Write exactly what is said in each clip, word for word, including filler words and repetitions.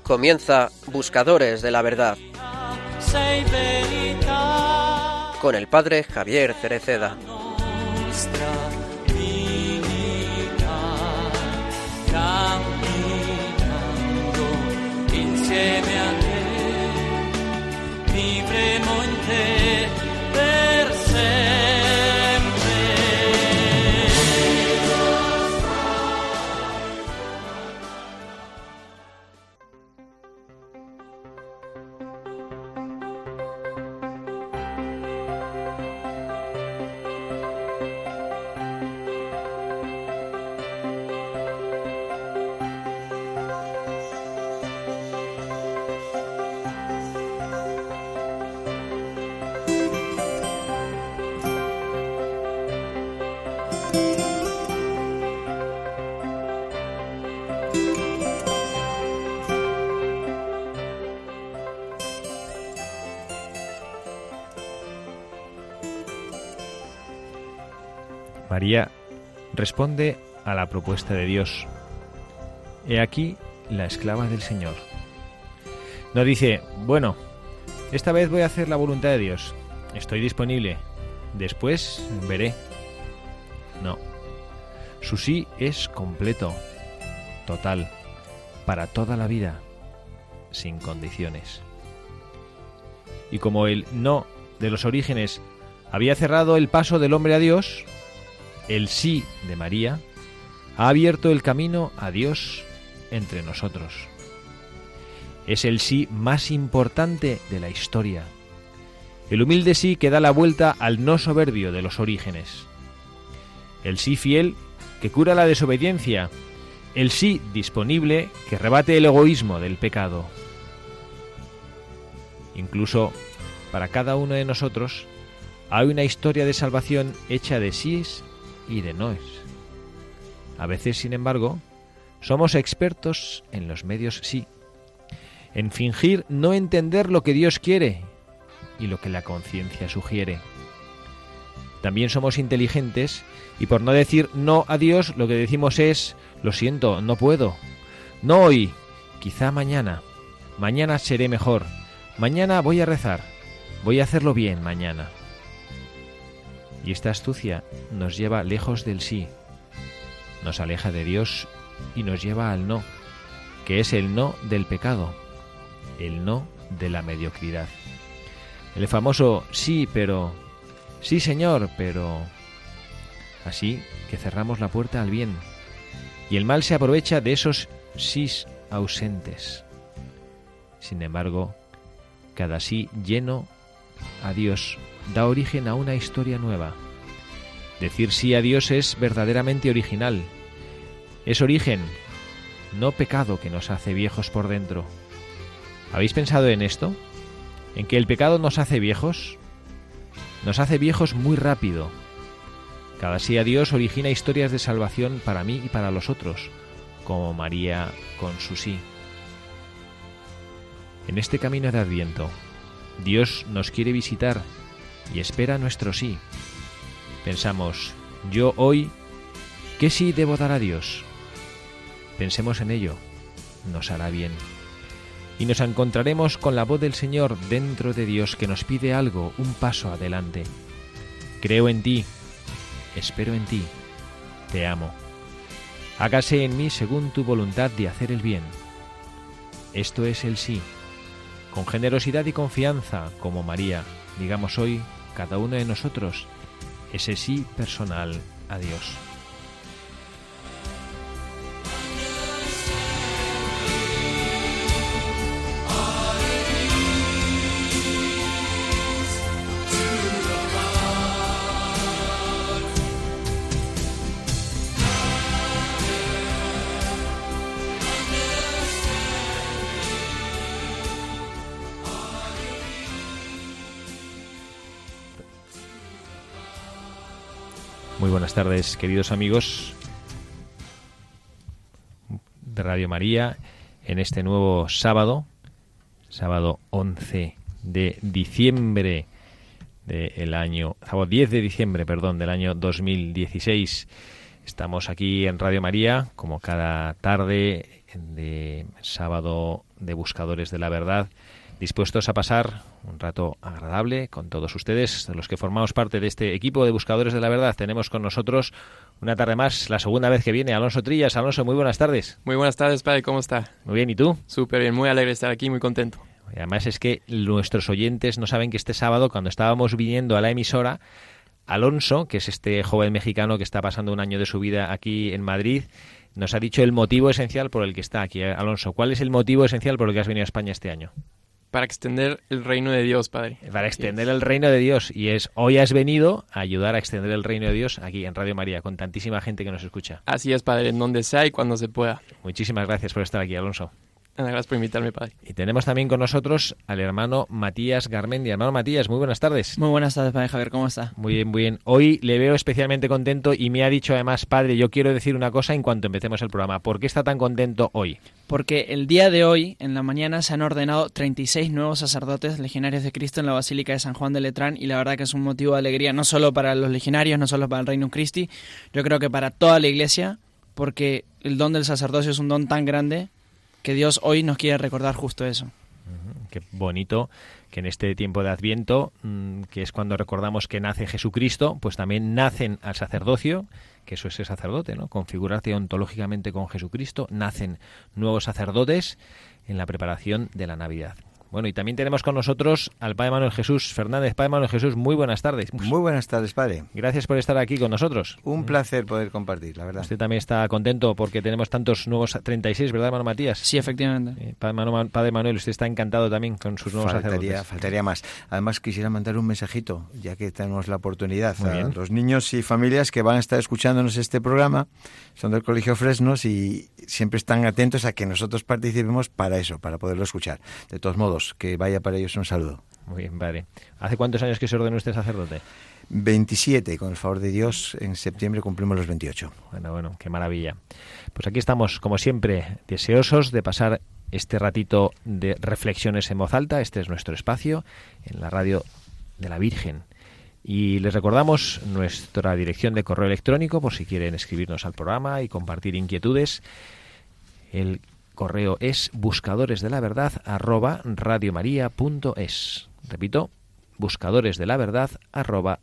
Comienza Buscadores de la Verdad con el Padre Javier Cereceda. María responde a la propuesta de Dios. He aquí la esclava del Señor. No dice, bueno, esta vez voy a hacer la voluntad de Dios. Estoy disponible. Después veré. No. Su sí es completo, total, para toda la vida, sin condiciones. Y como el no de los orígenes había cerrado el paso del hombre a Dios, el sí de María ha abierto el camino a Dios entre nosotros. Es el sí más importante de la historia. El humilde sí que da la vuelta al no soberbio de los orígenes. El sí fiel que cura la desobediencia. El sí disponible que rebate el egoísmo del pecado. Incluso para cada uno de nosotros hay una historia de salvación hecha de sís y de noes. A veces, sin embargo, somos expertos en los medios sí, en fingir no entender lo que Dios quiere y lo que la conciencia sugiere. También somos inteligentes y por no decir no a Dios, lo que decimos es, lo siento, no puedo, no hoy, quizá mañana, mañana seré mejor, mañana voy a rezar, voy a hacerlo bien mañana. Y esta astucia nos lleva lejos del sí, nos aleja de Dios y nos lleva al no, que es el no del pecado, el no de la mediocridad. El famoso sí, pero, sí señor, pero... Así que cerramos la puerta al bien, y el mal se aprovecha de esos sís ausentes. Sin embargo, cada sí lleno a Dios da origen a una historia nueva. Decir sí a Dios es verdaderamente original. Es origen, no pecado que nos hace viejos por dentro. ¿Habéis pensado en esto? ¿En que el pecado nos hace viejos? Nos hace viejos muy rápido. Cada sí a Dios origina historias de salvación para mí y para los otros, como María con su sí. En este camino de Adviento, Dios nos quiere visitar y espera nuestro sí. Pensamos, yo hoy, ¿qué sí debo dar a Dios? Pensemos en ello, nos hará bien. Y nos encontraremos con la voz del Señor dentro de Dios que nos pide algo, un paso adelante. Creo en ti, espero en ti, te amo. Hágase en mí según tu voluntad de hacer el bien. Esto es el sí. Con generosidad y confianza, como María, digamos hoy, cada uno de nosotros, ese sí personal a Dios. Muy buenas tardes, queridos amigos de Radio María, en este nuevo sábado, sábado once de diciembre del año, sábado diez de diciembre, perdón, del año dos mil dieciséis. Estamos aquí en Radio María, como cada tarde, de sábado de Buscadores de la Verdad, dispuestos a pasar un rato agradable con todos ustedes, de los que formamos parte de este equipo de Buscadores de la Verdad. Tenemos con nosotros una tarde más, la segunda vez que viene, Alonso Trillas. Alonso, muy buenas tardes. Muy buenas tardes, padre, ¿cómo está? Muy bien, ¿y tú? Súper bien, muy alegre de estar aquí, muy contento. Y además es que nuestros oyentes no saben que este sábado, cuando estábamos viniendo a la emisora, Alonso, que es este joven mexicano que está pasando un año de su vida aquí en Madrid, nos ha dicho el motivo esencial por el que está aquí. Alonso, ¿cuál es el motivo esencial por el que has venido a España este año? Para extender el reino de Dios, padre. Para extender Yes. el reino de Dios. Y es hoy has venido a ayudar a extender el reino de Dios aquí en Radio María, con tantísima gente que nos escucha. Así es, padre, en donde sea y cuando se pueda. Muchísimas gracias por estar aquí, Alonso. Gracias por invitarme, padre. Y tenemos también con nosotros al hermano Matías Garmendia. Hermano Matías, muy buenas tardes. Muy buenas tardes, padre Javier, ¿cómo está? Muy bien, muy bien. Hoy le veo especialmente contento y me ha dicho además, padre, yo quiero decir una cosa en cuanto empecemos el programa. ¿Por qué está tan contento hoy? Porque el día de hoy, en la mañana, se han ordenado treinta y seis nuevos sacerdotes legionarios de Cristo en la Basílica de San Juan de Letrán, y la verdad que es un motivo de alegría no solo para los legionarios, no solo para el Reino Christi, yo creo que para toda la Iglesia, porque el don del sacerdocio es un don tan grande que Dios hoy nos quiere recordar justo eso. Uh-huh. Qué bonito que en este tiempo de Adviento, mmm, que es cuando recordamos que nace Jesucristo, pues también nacen al sacerdocio, que eso es el sacerdote, ¿no? Configurarse ontológicamente con Jesucristo, nacen nuevos sacerdotes en la preparación de la Navidad. Bueno, y también tenemos con nosotros al Padre Manuel Jesús Fernández. Padre Manuel Jesús, muy buenas tardes. Muy buenas tardes, padre. Gracias por estar aquí con nosotros. Un placer poder compartir, la verdad. Usted también está contento porque tenemos tantos nuevos treinta y seis, ¿verdad, hermano Matías? Sí, efectivamente. Eh, Padre, Manuel, Padre Manuel, usted está encantado también con sus nuevos faltaría, sacerdotes. Faltaría más. Además, quisiera mandar un mensajito, ya que tenemos la oportunidad, Muy a bien. los niños y familias que van a estar escuchándonos este programa. Son del Colegio Fresnos y siempre están atentos a que nosotros participemos para eso, para poderlo escuchar. De todos modos, que vaya para ellos un saludo. Muy bien, padre. ¿Hace cuántos años que se ordenó usted sacerdote? veintisiete, con el favor de Dios, en septiembre cumplimos los veintiocho. Bueno, bueno, qué maravilla. Pues aquí estamos, como siempre, deseosos de pasar este ratito de reflexiones en voz alta. Este es nuestro espacio en la radio de la Virgen. Y les recordamos nuestra dirección de correo electrónico por si quieren escribirnos al programa y compartir inquietudes. El correo es buscadoresdelaverdad arroba radiomaria.es. Repito, buscadoresdelaverdad arroba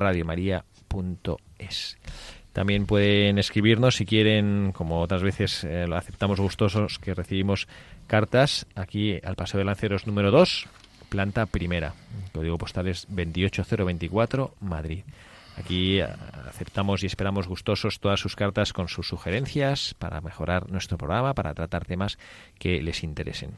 radiomaria.es. También pueden escribirnos si quieren, como otras veces eh, lo aceptamos gustosos, que recibimos cartas aquí al Paseo de Lanceros número dos, planta primera. El código postal es veintiocho cero veinticuatro, Madrid. Aquí aceptamos y esperamos gustosos todas sus cartas con sus sugerencias para mejorar nuestro programa, para tratar temas que les interesen.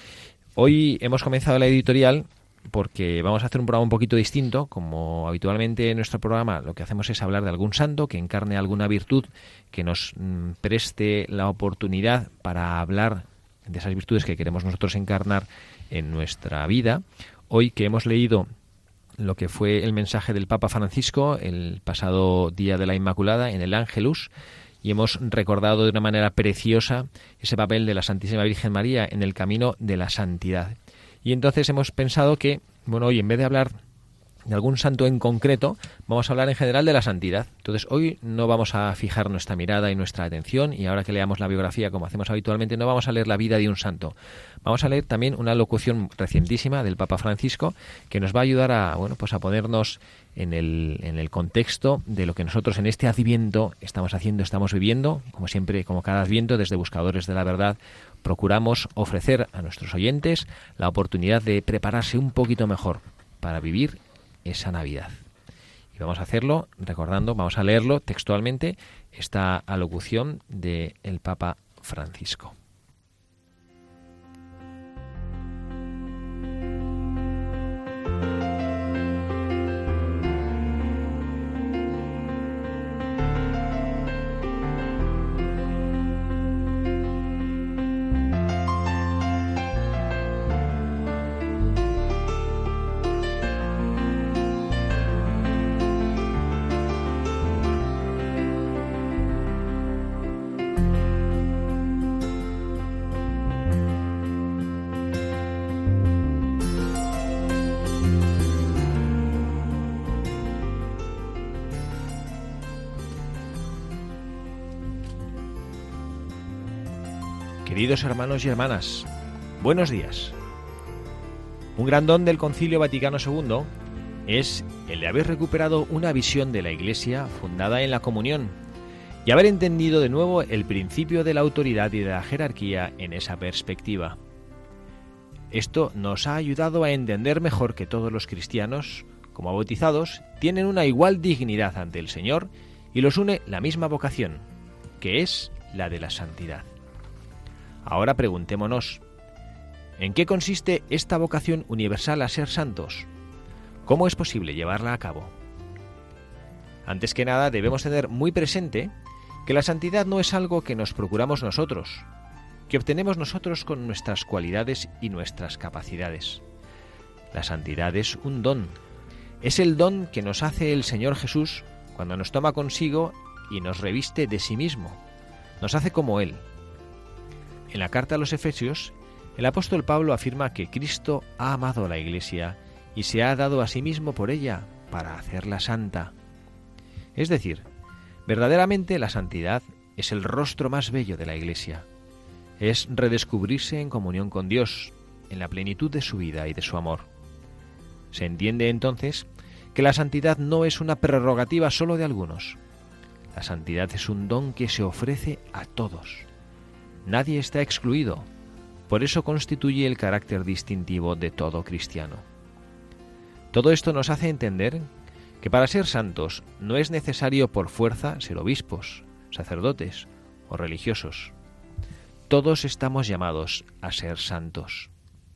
Hoy hemos comenzado la editorial porque vamos a hacer un programa un poquito distinto. Como habitualmente en nuestro programa lo que hacemos es hablar de algún santo que encarne alguna virtud, que nos mm, preste la oportunidad para hablar de esas virtudes que queremos nosotros encarnar en nuestra vida. Hoy que hemos leído lo que fue el mensaje del Papa Francisco el pasado Día de la Inmaculada en el Ángelus, y hemos recordado de una manera preciosa ese papel de la Santísima Virgen María en el camino de la santidad. Y entonces hemos pensado que, bueno, hoy en vez de hablar de algún santo en concreto, vamos a hablar en general de la santidad. Entonces hoy no vamos a fijar nuestra mirada y nuestra atención, y ahora que leamos la biografía como hacemos habitualmente, no vamos a leer la vida de un santo. Vamos a leer también una locución recientísima del Papa Francisco que nos va a ayudar a, bueno, pues a ponernos en el, en el contexto de lo que nosotros en este Adviento estamos haciendo, estamos viviendo. Como siempre, como cada Adviento, desde Buscadores de la Verdad, procuramos ofrecer a nuestros oyentes la oportunidad de prepararse un poquito mejor para vivir esa Navidad. Y vamos a hacerlo recordando, vamos a leerlo textualmente, esta alocución del Papa Francisco. Queridos hermanos y hermanas, buenos días. Un gran don del Concilio Vaticano segundo es el de haber recuperado una visión de la Iglesia fundada en la comunión y haber entendido de nuevo el principio de la autoridad y de la jerarquía en esa perspectiva. Esto nos ha ayudado a entender mejor que todos los cristianos, como bautizados, tienen una igual dignidad ante el Señor y los une la misma vocación, que es la de la santidad. Ahora preguntémonos, ¿en qué consiste esta vocación universal a ser santos? ¿Cómo es posible llevarla a cabo? Antes que nada, debemos tener muy presente que la santidad no es algo que nos procuramos nosotros, que obtenemos nosotros con nuestras cualidades y nuestras capacidades. La santidad es un don. Es el don que nos hace el Señor Jesús cuando nos toma consigo y nos reviste de sí mismo. Nos hace como Él. En la carta a los Efesios, el apóstol Pablo afirma que Cristo ha amado a la Iglesia y se ha dado a sí mismo por ella para hacerla santa. Es decir, verdaderamente la santidad es el rostro más bello de la Iglesia. Es redescubrirse en comunión con Dios, en la plenitud de su vida y de su amor. Se entiende entonces que la santidad no es una prerrogativa solo de algunos. La santidad es un don que se ofrece a todos. Nadie está excluido. Por eso constituye el carácter distintivo de todo cristiano. Todo esto nos hace entender que para ser santos no es necesario por fuerza ser obispos, sacerdotes o religiosos. Todos estamos llamados a ser santos.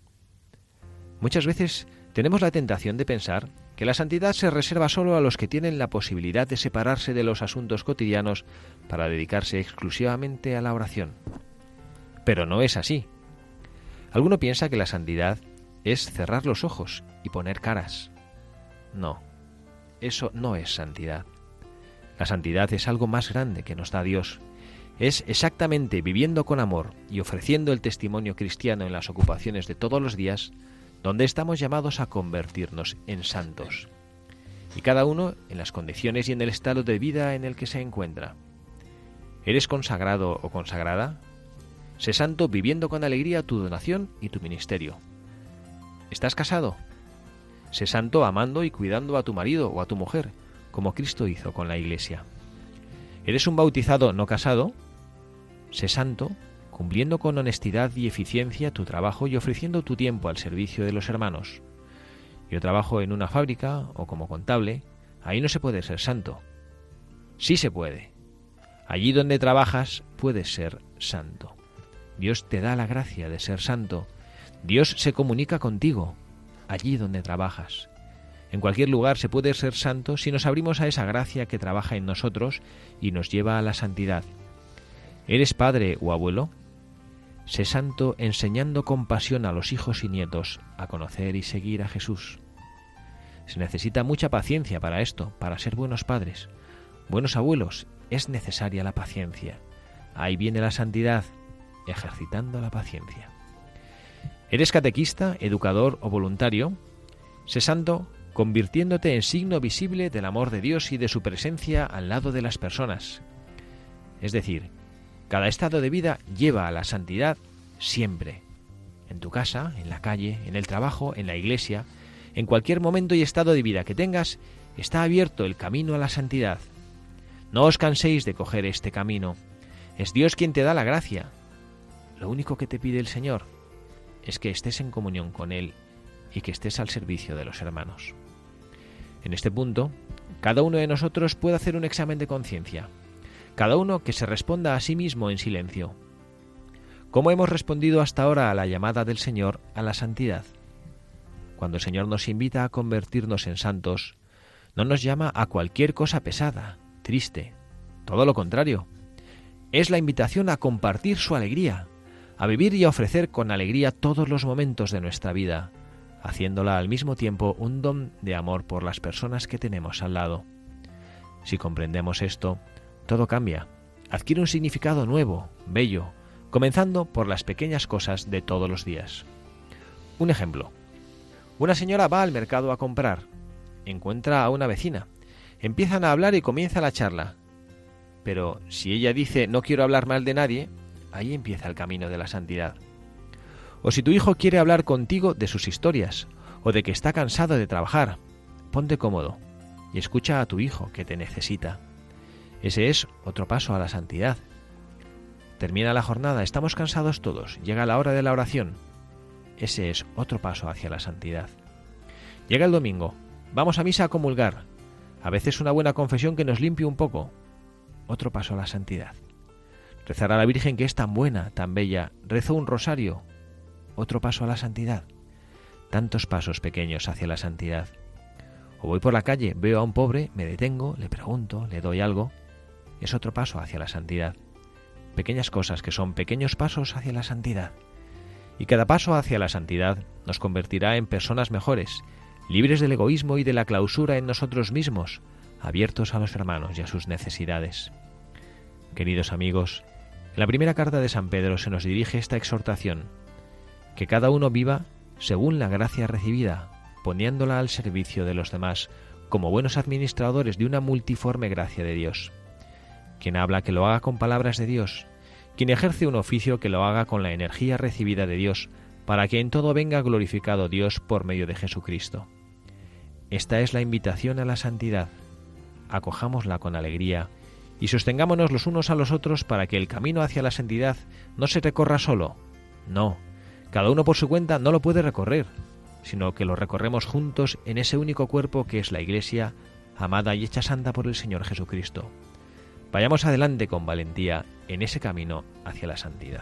Muchas veces tenemos la tentación de pensar que la santidad se reserva solo a los que tienen la posibilidad de separarse de los asuntos cotidianos para dedicarse exclusivamente a la oración. Pero no es así. Alguno piensa que la santidad es cerrar los ojos y poner caras. No, eso no es santidad. La santidad es algo más grande que nos da Dios. Es exactamente viviendo con amor y ofreciendo el testimonio cristiano en las ocupaciones de todos los días donde estamos llamados a convertirnos en santos. Y cada uno en las condiciones y en el estado de vida en el que se encuentra. ¿Eres consagrado o consagrada? Sé santo viviendo con alegría tu donación y tu ministerio. ¿Estás casado? Sé santo amando y cuidando a tu marido o a tu mujer, como Cristo hizo con la Iglesia. ¿Eres un bautizado no casado? Sé santo, cumpliendo con honestidad y eficiencia tu trabajo y ofreciendo tu tiempo al servicio de los hermanos. Yo trabajo en una fábrica o como contable, ahí no se puede ser santo. Sí se puede. Allí donde trabajas puedes ser santo. Dios te da la gracia de ser santo. Dios se comunica contigo, allí donde trabajas. En cualquier lugar se puede ser santo si nos abrimos a esa gracia que trabaja en nosotros y nos lleva a la santidad. ¿Eres padre o abuelo? Sé santo enseñando con pasión a los hijos y nietos a conocer y seguir a Jesús. Se necesita mucha paciencia para esto, para ser buenos padres. Buenos abuelos, es necesaria la paciencia. Ahí viene la santidad, ejercitando la paciencia. ¿Eres catequista, educador o voluntario? Sé santo convirtiéndote en signo visible del amor de Dios y de su presencia al lado de las personas. Es decir, cada estado de vida lleva a la santidad siempre. En tu casa, en la calle, en el trabajo, en la iglesia, en cualquier momento y estado de vida que tengas, está abierto el camino a la santidad. No os canséis de coger este camino. Es Dios quien te da la gracia. Lo único que te pide el Señor es que estés en comunión con Él y que estés al servicio de los hermanos. En este punto, cada uno de nosotros puede hacer un examen de conciencia. Cada uno que se responda a sí mismo en silencio. ¿Cómo hemos respondido hasta ahora a la llamada del Señor a la santidad? Cuando el Señor nos invita a convertirnos en santos, no nos llama a cualquier cosa pesada, triste. Todo lo contrario. Es la invitación a compartir su alegría, a vivir y a ofrecer con alegría todos los momentos de nuestra vida, haciéndola al mismo tiempo un don de amor por las personas que tenemos al lado. Si comprendemos esto, todo cambia, adquiere un significado nuevo, bello, comenzando por las pequeñas cosas de todos los días. Un ejemplo. Una señora va al mercado a comprar, encuentra a una vecina, empiezan a hablar y comienza la charla. Pero si ella dice no quiero hablar mal de nadie, ahí empieza el camino de la santidad. O si tu hijo quiere hablar contigo de sus historias, o de que está cansado de trabajar, ponte cómodo y escucha a tu hijo que te necesita. Ese es otro paso a la santidad. Termina la jornada, estamos cansados todos, llega la hora de la oración. Ese es otro paso hacia la santidad. Llega el domingo, vamos a misa a comulgar. A veces una buena confesión que nos limpie un poco. Otro paso a la santidad. Rezar a la Virgen que es tan buena, tan bella. Rezo un rosario. Otro paso a la santidad. Tantos pasos pequeños hacia la santidad. O voy por la calle, veo a un pobre, me detengo, le pregunto, le doy algo. Es otro paso hacia la santidad. Pequeñas cosas que son pequeños pasos hacia la santidad. Y cada paso hacia la santidad nos convertirá en personas mejores, libres del egoísmo y de la clausura en nosotros mismos, abiertos a los hermanos y a sus necesidades. Queridos amigos, en la primera carta de San Pedro se nos dirige esta exhortación: que cada uno viva según la gracia recibida, poniéndola al servicio de los demás, como buenos administradores de una multiforme gracia de Dios. Quien habla, que lo haga con palabras de Dios. Quien ejerce un oficio, que lo haga con la energía recibida de Dios, para que en todo venga glorificado Dios por medio de Jesucristo. Esta es la invitación a la santidad. Acojámosla con alegría y sostengámonos los unos a los otros para que el camino hacia la santidad no se recorra solo. No, cada uno por su cuenta no lo puede recorrer, sino que lo recorremos juntos en ese único cuerpo que es la Iglesia, amada y hecha santa por el Señor Jesucristo. Vayamos adelante con valentía en ese camino hacia la santidad.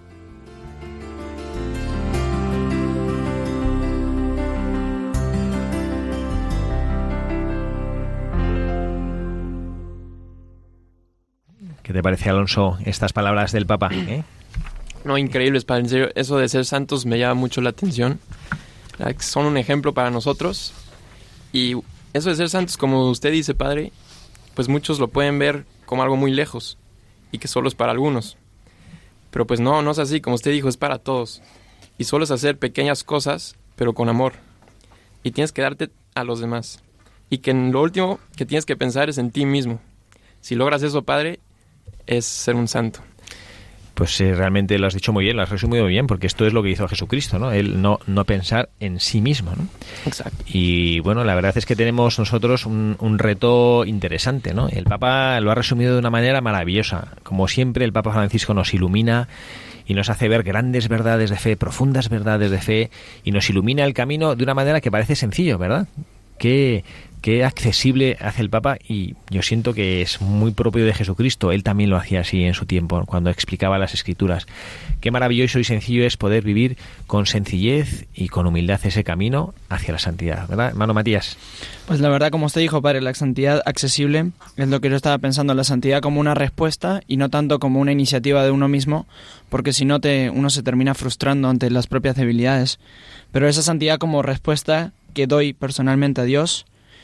¿Qué te parece, Alonso, estas palabras del Papa? ¿Eh? No, increíbles, padre. En serio, eso de ser santos me llama mucho la atención. Son un ejemplo para nosotros. Y eso de ser santos, como usted dice, padre, pues muchos lo pueden ver como algo muy lejos y que solo es para algunos. Pero pues no, no es así. Como usted dijo, es para todos. Y solo es hacer pequeñas cosas, pero con amor. Y tienes que darte a los demás. Y que en lo último que tienes que pensar es en ti mismo. Si logras eso, padre, es ser un santo. Pues eh, realmente lo has dicho muy bien, lo has resumido muy bien, porque esto es lo que hizo Jesucristo, ¿no? Él no, no pensar en sí mismo, ¿no? Exacto. Y bueno, la verdad es que tenemos nosotros un, un reto interesante, ¿no? El Papa lo ha resumido de una manera maravillosa. Como siempre, el Papa Francisco nos ilumina y nos hace ver grandes verdades de fe, profundas verdades de fe, y nos ilumina el camino de una manera que parece sencillo, ¿verdad? Qué, qué accesible hace el Papa, y yo siento que es muy propio de Jesucristo. Él también lo hacía así en su tiempo, cuando explicaba las Escrituras. Qué maravilloso y sencillo es poder vivir con sencillez y con humildad ese camino hacia la santidad, ¿verdad, hermano Matías? Pues la verdad, como usted dijo, padre, la santidad accesible es lo que yo estaba pensando, la santidad como una respuesta y no tanto como una iniciativa de uno mismo, porque si no te, uno se termina frustrando ante las propias debilidades. Pero esa santidad como respuesta que doy personalmente a Dios,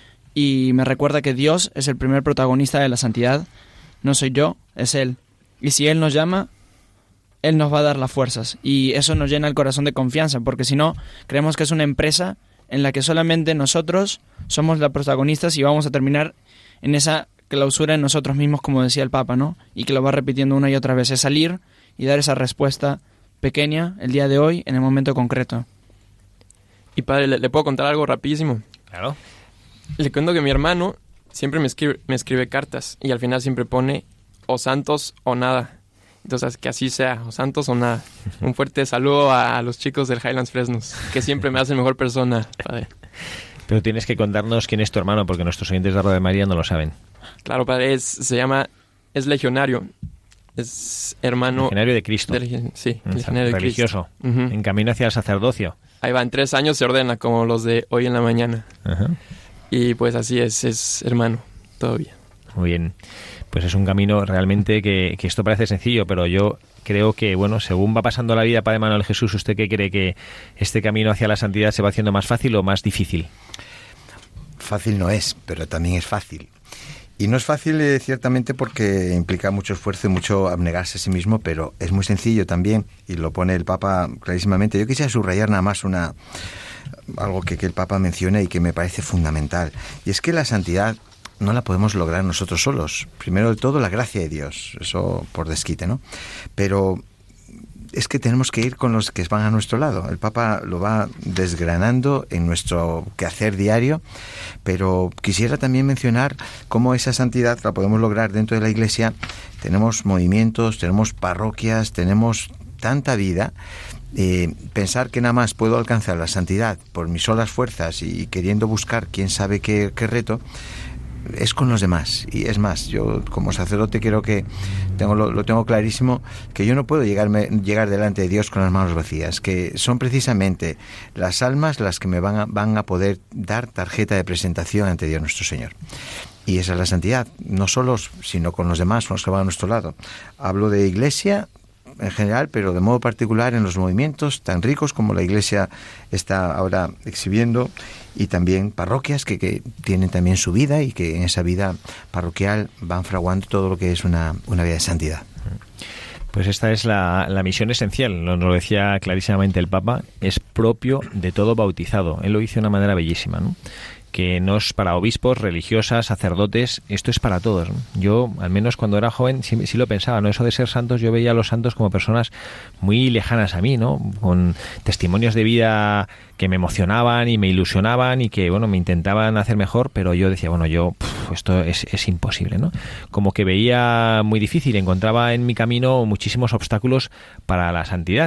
y me recuerda que Dios es el primer protagonista de la santidad, no soy yo, es Él. Y si Él nos llama, Él nos va a dar las fuerzas, y eso nos llena el corazón de confianza, porque si no, creemos que es una empresa en la que solamente nosotros somos los protagonistas y vamos a terminar en esa clausura en nosotros mismos, como decía el Papa, ¿no? Y que lo va repitiendo una y otra vez, es salir y dar esa respuesta pequeña el día de hoy, en el momento concreto. Y padre, ¿le, le puedo contar algo rapidísimo? Claro. Le cuento que mi hermano siempre me escribe, me escribe cartas y al final siempre pone o santos o nada. Entonces, que así sea, o santos o nada. Un fuerte saludo a, a los chicos del Highlands Fresnos, que siempre me hacen mejor persona, padre. Pero tienes que contarnos quién es tu hermano, porque nuestros oyentes de Radio María no lo saben. Claro, padre, es, se llama, es legionario. Es hermano... Legionario de Cristo. De, sí, legionario de religioso, Cristo. Uh-huh. En camino hacia el sacerdocio. Ahí va, en tres años se ordena, como los de hoy en la mañana. Uh-huh. Y pues así es, es hermano, todavía. Muy bien. Pues es un camino realmente que, que esto parece sencillo, pero yo creo que, bueno, según va pasando la vida, Padre Manuel Jesús, ¿usted qué cree, que este camino hacia la santidad se va haciendo más fácil o más difícil? Fácil no es, pero también es fácil. Y no es fácil, eh, ciertamente, porque implica mucho esfuerzo y mucho abnegarse a sí mismo, pero es muy sencillo también, y lo pone el Papa clarísimamente. Yo quisiera subrayar nada más una algo que, que el Papa menciona y que me parece fundamental, y es que la santidad no la podemos lograr nosotros solos. Primero de todo, la gracia de Dios, eso por desquite, ¿no? Pero es que tenemos que ir con los que van a nuestro lado. El Papa lo va desgranando en nuestro quehacer diario, pero quisiera también mencionar cómo esa santidad la podemos lograr dentro de la Iglesia. Tenemos movimientos, tenemos parroquias, tenemos tanta vida. Eh, pensar que nada más puedo alcanzar la santidad por mis solas fuerzas y queriendo buscar quién sabe qué, qué reto, es con los demás. Y es más, yo como sacerdote creo que tengo lo, lo tengo clarísimo, que yo no puedo llegarme, llegar delante de Dios con las manos vacías, que son precisamente las almas las que me van a, van a poder dar tarjeta de presentación ante Dios nuestro Señor. Y esa es la santidad, no solos, sino con los demás, con los que van a nuestro lado. Hablo de Iglesia en general, pero de modo particular en los movimientos tan ricos como la Iglesia está ahora exhibiendo, y también parroquias que, que tienen también su vida y que en esa vida parroquial van fraguando todo lo que es una, una vida de santidad. Pues esta es la, la misión esencial, nos lo decía clarísimamente el Papa, es propio de todo bautizado. Él lo dice de una manera bellísima, ¿no? Que no es para obispos, religiosas, sacerdotes, esto es para todos, ¿no? Yo, al menos cuando era joven, sí, sí lo pensaba, ¿no? Eso de ser santos, yo veía a los santos como personas muy lejanas a mí, ¿no? Con testimonios de vida que me emocionaban y me ilusionaban y que, bueno, me intentaban hacer mejor, pero yo decía, bueno, yo, pff, esto es, es imposible, ¿no? Como que veía muy difícil, encontraba en mi camino muchísimos obstáculos para la santidad.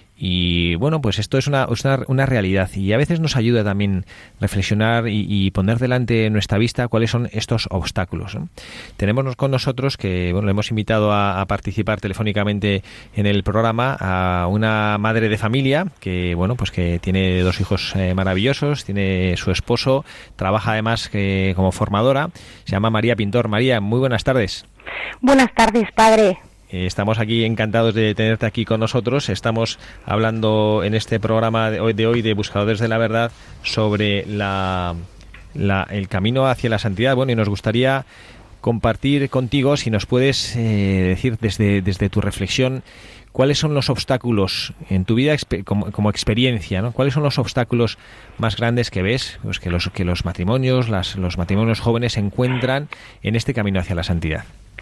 Y bueno, pues esto es una, una, una realidad, y a veces nos ayuda también reflexionar y, y poner delante de nuestra vista cuáles son estos obstáculos, ¿no? Tenemos con nosotros, que bueno, le hemos invitado a, a participar telefónicamente en el programa, a una madre de familia que bueno, pues que tiene dos hijos eh, maravillosos, tiene su esposo, trabaja además eh, como formadora, se llama María Pintor. María, muy buenas tardes. Buenas tardes, padre. Estamos aquí encantados de tenerte aquí con nosotros. Estamos hablando en este programa de hoy de, hoy de Buscadores de la Verdad sobre la, la, el camino hacia la santidad. Bueno, y nos gustaría compartir contigo, si nos puedes eh, decir desde, desde tu reflexión, cuáles son los obstáculos en tu vida como, como experiencia, ¿no? ¿Cuáles son los obstáculos más grandes que ves, pues que los que los matrimonios, las, los matrimonios jóvenes se encuentran en este camino hacia la santidad?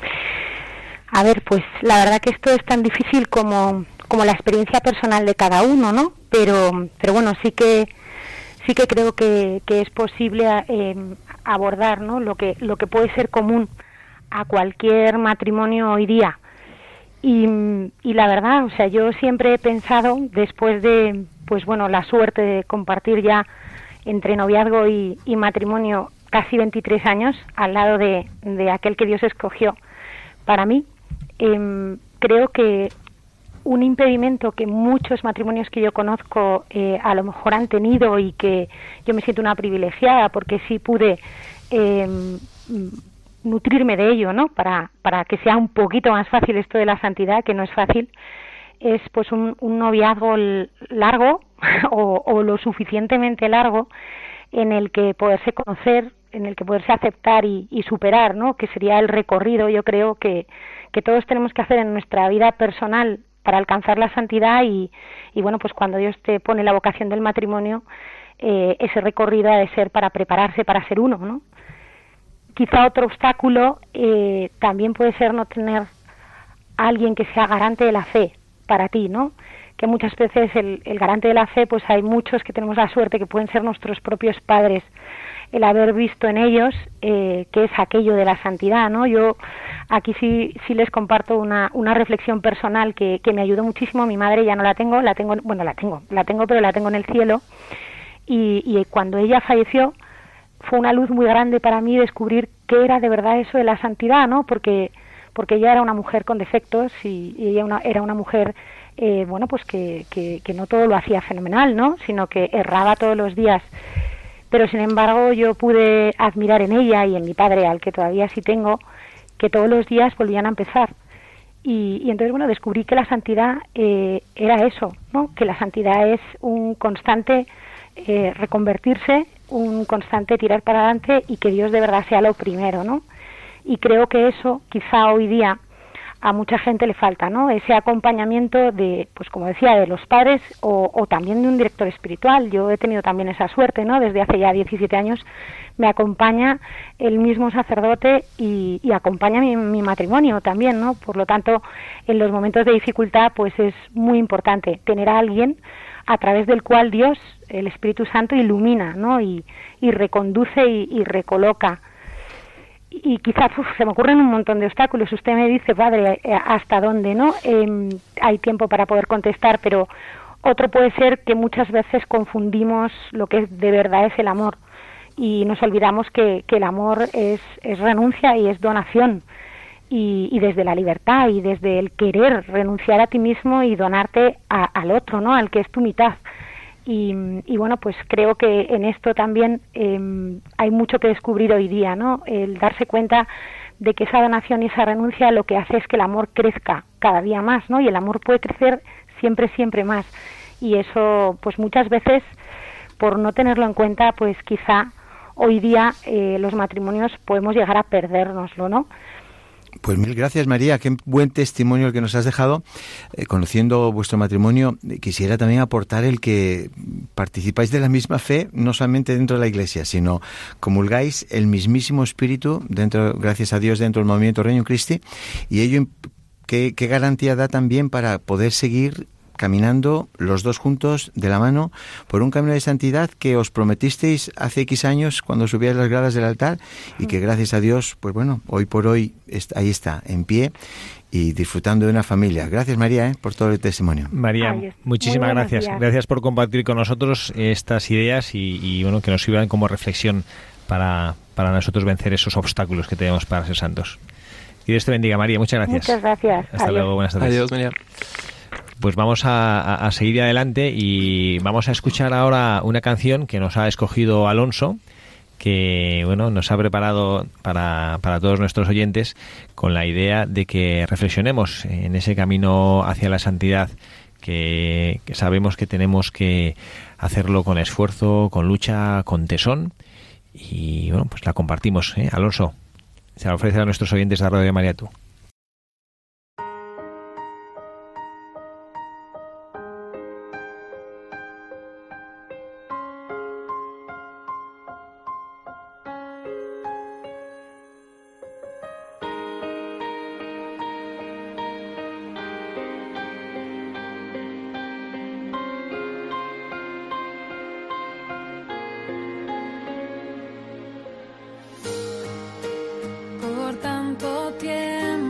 A ver, pues la verdad que esto es tan difícil como, como la experiencia personal de cada uno, ¿no? Pero, pero bueno, sí que sí que creo que, que es posible eh, abordar, ¿no? Lo que lo que puede ser común a cualquier matrimonio hoy día. Y, y la verdad, o sea, yo siempre he pensado, después de, pues bueno, la suerte de compartir ya entre noviazgo y, y matrimonio casi veintitrés años al lado de, de aquel que Dios escogió para mí. Eh, creo que un impedimento que muchos matrimonios que yo conozco eh, a lo mejor han tenido, y que yo me siento una privilegiada porque sí pude eh, nutrirme de ello, ¿no? Para, para que sea un poquito más fácil esto de la santidad, que no es fácil, es pues un, un noviazgo largo o, o lo suficientemente largo en el que poderse conocer, en el que poderse aceptar y, y superar, ¿no? Que sería el recorrido, yo creo, que, que todos tenemos que hacer en nuestra vida personal para alcanzar la santidad, y, y bueno, pues cuando Dios te pone la vocación del matrimonio, eh, ese recorrido ha de ser para prepararse para ser uno, ¿no? Quizá otro obstáculo eh, también puede ser no tener a alguien que sea garante de la fe para ti, ¿no? Que muchas veces el, el garante de la fe, pues hay muchos que tenemos la suerte que pueden ser nuestros propios padres, el haber visto en ellos eh, qué es aquello de la santidad, ¿no? Yo aquí sí sí les comparto una una reflexión personal que, que me ayudó muchísimo. Mi madre ya no la tengo, la tengo, bueno, la tengo, la tengo, pero la tengo en el cielo, y, y cuando ella falleció fue una luz muy grande para mí descubrir qué era de verdad eso de la santidad, ¿no? Porque porque ella era una mujer con defectos, y, y ella una, era una mujer eh, bueno, pues que, que, que no todo lo hacía fenomenal, ¿no? Sino que erraba todos los días. Pero sin embargo yo pude admirar en ella y en mi padre, al que todavía sí tengo, que todos los días volvían a empezar. Y, y entonces, bueno, descubrí que la santidad eh, era eso, ¿no? Que la santidad es un constante eh, reconvertirse, un constante tirar para adelante, y que Dios de verdad sea lo primero, ¿no? Y creo que eso, quizá hoy día, a mucha gente le falta, ¿no? Ese acompañamiento de, pues como decía, de los padres o, o también de un director espiritual. Yo he tenido también esa suerte, ¿no? Desde hace ya diecisiete años me acompaña el mismo sacerdote y, y acompaña mi, mi matrimonio también, ¿no? Por lo tanto, en los momentos de dificultad, pues es muy importante tener a alguien a través del cual Dios, el Espíritu Santo, ilumina, ¿no? Y, y reconduce y, y recoloca. Y quizás uf, se me ocurren un montón de obstáculos. Usted me dice, padre, ¿hasta dónde, no? Eh, hay tiempo para poder contestar, pero otro puede ser que muchas veces confundimos lo que de verdad es el amor y nos olvidamos que, que el amor es, es renuncia y es donación. Y, y desde la libertad y desde el querer renunciar a ti mismo y donarte a, al otro, ¿no? Al que es tu mitad. Y, y bueno, pues creo que en esto también eh, hay mucho que descubrir hoy día, ¿no? El darse cuenta de que esa donación y esa renuncia lo que hace es que el amor crezca cada día más, ¿no? Y el amor puede crecer siempre, siempre más. Y eso, pues muchas veces, por no tenerlo en cuenta, pues quizá hoy día eh, los matrimonios podemos llegar a perdérnoslo, ¿no? Pues mil gracias, María, qué buen testimonio el que nos has dejado. Eh, conociendo vuestro matrimonio, quisiera también aportar el que participáis de la misma fe, no solamente dentro de la Iglesia, sino comulgáis el mismísimo Espíritu, dentro, gracias a Dios, dentro del movimiento Regnum Christi, y ello, ¿qué, qué garantía da también para poder seguir caminando los dos juntos de la mano por un camino de santidad que os prometisteis hace X años cuando subíais las gradas del altar y que gracias a Dios, pues bueno, hoy por hoy está, ahí está, en pie y disfrutando de una familia. Gracias, María, ¿eh? por todo el testimonio. María, Ay, muchísimas gracias. Días. Gracias por compartir con nosotros estas ideas y, y bueno, que nos sirvan como reflexión para, para nosotros vencer esos obstáculos que tenemos para ser santos. Y Dios te bendiga, María. Muchas gracias. Muchas gracias. Hasta Adiós. luego. Buenas tardes. Adiós, María. Pues vamos a, a, a seguir adelante y vamos a escuchar ahora una canción que nos ha escogido Alonso, que bueno nos ha preparado para, para todos nuestros oyentes con la idea de que reflexionemos en ese camino hacia la santidad que, que sabemos que tenemos que hacerlo con esfuerzo, con lucha, con tesón y bueno, pues la compartimos, ¿eh? Alonso, se la ofrece a nuestros oyentes de Radio María Tú. Por tanto tiempo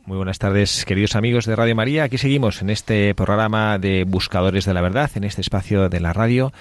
Muy buenas tardes, queridos amigos de Radio María. Aquí seguimos en este programa de Buscadores de la Verdad, en este espacio de la radio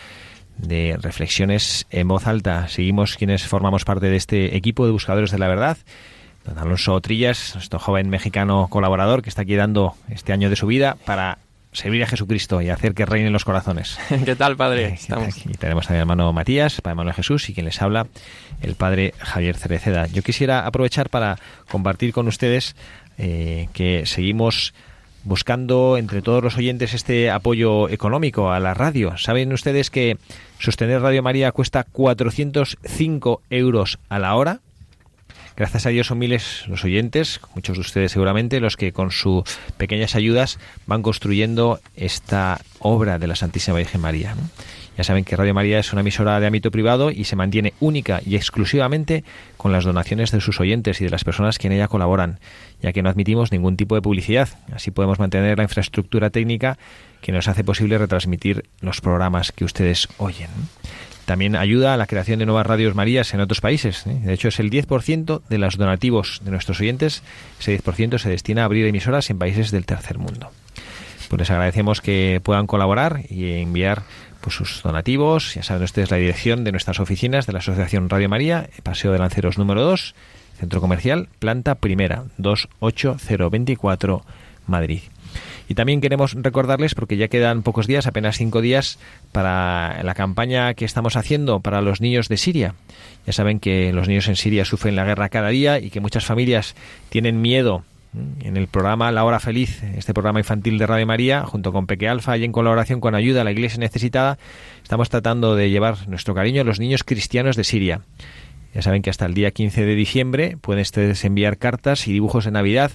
de reflexiones en voz alta. Seguimos quienes formamos parte de este equipo de Buscadores de la Verdad. Don Alonso Trillas, nuestro joven mexicano colaborador que está aquí dando este año de su vida para servir a Jesucristo y hacer que reinen los corazones. ¿Qué tal, padre? Eh, Estamos. Y tenemos a mi hermano Matías, Padre Manuel Jesús, y quien les habla, el Padre Javier Cereceda. Yo quisiera aprovechar para compartir con ustedes eh, que seguimos buscando entre todos los oyentes este apoyo económico a la radio. Saben ustedes que sostener Radio María cuesta cuatrocientos cinco euros a la hora. Gracias a Dios son miles los oyentes, muchos de ustedes seguramente, los que con sus pequeñas ayudas van construyendo esta obra de la Santísima Virgen María, ¿no? Ya saben que Radio María es una emisora de ámbito privado y se mantiene única y exclusivamente con las donaciones de sus oyentes y de las personas que en ella colaboran, ya que no admitimos ningún tipo de publicidad. Así podemos mantener la infraestructura técnica que nos hace posible retransmitir los programas que ustedes oyen. También ayuda a la creación de nuevas radios Marías en otros países, ¿eh? De hecho, es el diez por ciento de los donativos de nuestros oyentes. Ese diez por ciento se destina a abrir emisoras en países del tercer mundo. Pues les agradecemos que puedan colaborar y enviar pues sus donativos. Ya saben ustedes la dirección de nuestras oficinas de la Asociación Radio María, Paseo de Lanceros número dos, Centro Comercial, planta primera, dos ocho cero veinticuatro, Madrid. Y también queremos recordarles, porque ya quedan pocos días, apenas cinco días, para la campaña que estamos haciendo para los niños de Siria. Ya saben que los niños en Siria sufren la guerra cada día y que muchas familias tienen miedo. En el programa La Hora Feliz, este programa infantil de Radio María, junto con Peque Alfa y en colaboración con Ayuda a la Iglesia Necesitada, estamos tratando de llevar nuestro cariño a los niños cristianos de Siria. Ya saben que hasta el día quince de diciembre pueden ustedes enviar cartas y dibujos de Navidad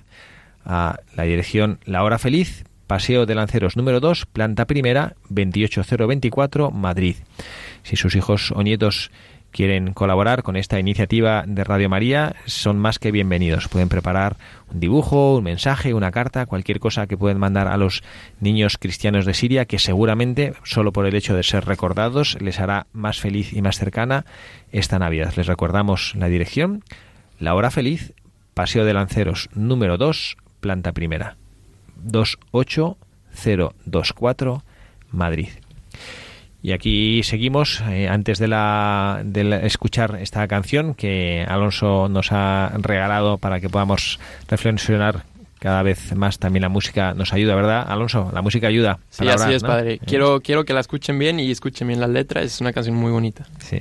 a la dirección La Hora Feliz, Paseo de Lanceros número dos, planta primera, veintiocho cero veinticuatro, Madrid. Si sus hijos o nietos quieren colaborar con esta iniciativa de Radio María, son más que bienvenidos. Pueden preparar un dibujo, un mensaje, una carta, cualquier cosa que pueden mandar a los niños cristianos de Siria, que seguramente, solo por el hecho de ser recordados, les hará más feliz y más cercana esta Navidad. Les recordamos la dirección: La Hora Feliz, Paseo de Lanceros número dos, planta primera, dos ocho cero veinticuatro, Madrid. Y aquí seguimos, eh, antes de, la, de la, escuchar esta canción que Alonso nos ha regalado para que podamos reflexionar cada vez más. También la música nos ayuda, ¿verdad, Alonso? La música ayuda. Sí, así orar, es, ¿no? Padre. Quiero, quiero que la escuchen bien y escuchen bien la letra. Es una canción muy bonita. Sí.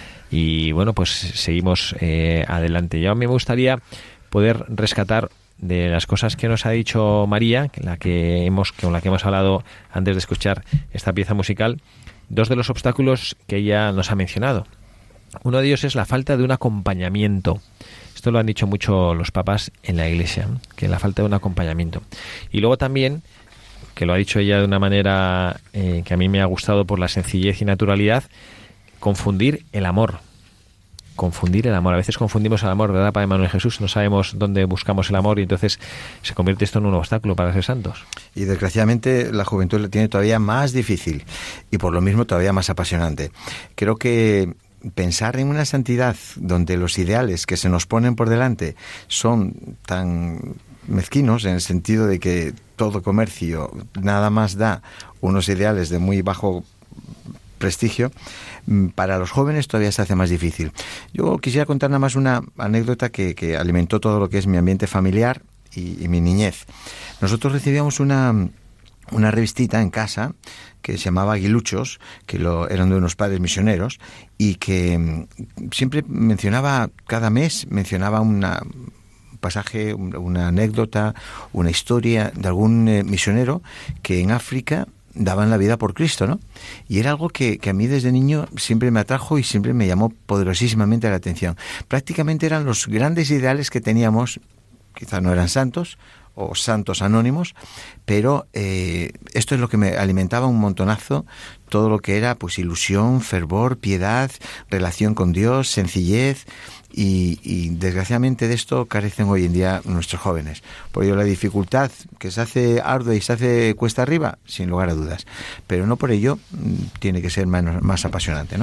Y bueno, pues seguimos eh, adelante. Yo a mí me gustaría poder rescatar de las cosas que nos ha dicho María, que la que hemos, con la que hemos hablado antes de escuchar esta pieza musical, dos de los obstáculos que ella nos ha mencionado. Uno de ellos es la falta de un acompañamiento. Esto lo han dicho mucho los papas en la Iglesia, que la falta de un acompañamiento. Y luego también, que lo ha dicho ella de una manera eh, que a mí me ha gustado por la sencillez y naturalidad, confundir el amor. Confundir el amor. A veces confundimos el amor, ¿verdad, Padre Manuel Jesús? No sabemos dónde buscamos el amor y entonces se convierte esto en un obstáculo para ser santos. Y desgraciadamente la juventud lo tiene todavía más difícil y por lo mismo todavía más apasionante. Creo que pensar en una santidad donde los ideales que se nos ponen por delante son tan mezquinos, en el sentido de que todo comercio nada más da unos ideales de muy bajo prestigio, para los jóvenes todavía se hace más difícil. Yo quisiera contar nada más una anécdota que, que alimentó todo lo que es mi ambiente familiar y, y mi niñez. Nosotros recibíamos una, una revistita en casa que se llamaba Aguiluchos, que lo, eran de unos padres misioneros, y que siempre mencionaba, cada mes mencionaba una pasaje, una anécdota, una historia de algún eh, misionero que en África daban la vida por Cristo, ¿no? Y era algo que, que a mí desde niño siempre me atrajo y siempre me llamó poderosísimamente la atención. Prácticamente eran los grandes ideales que teníamos, quizás no eran santos o santos anónimos, pero eh, esto es lo que me alimentaba un montonazo, todo lo que era pues ilusión, fervor, piedad, relación con Dios, sencillez. Y, y desgraciadamente de esto carecen hoy en día nuestros jóvenes. Por ello la dificultad que se hace ardua y se hace cuesta arriba, sin lugar a dudas. Pero no por ello tiene que ser más, más apasionante, ¿no?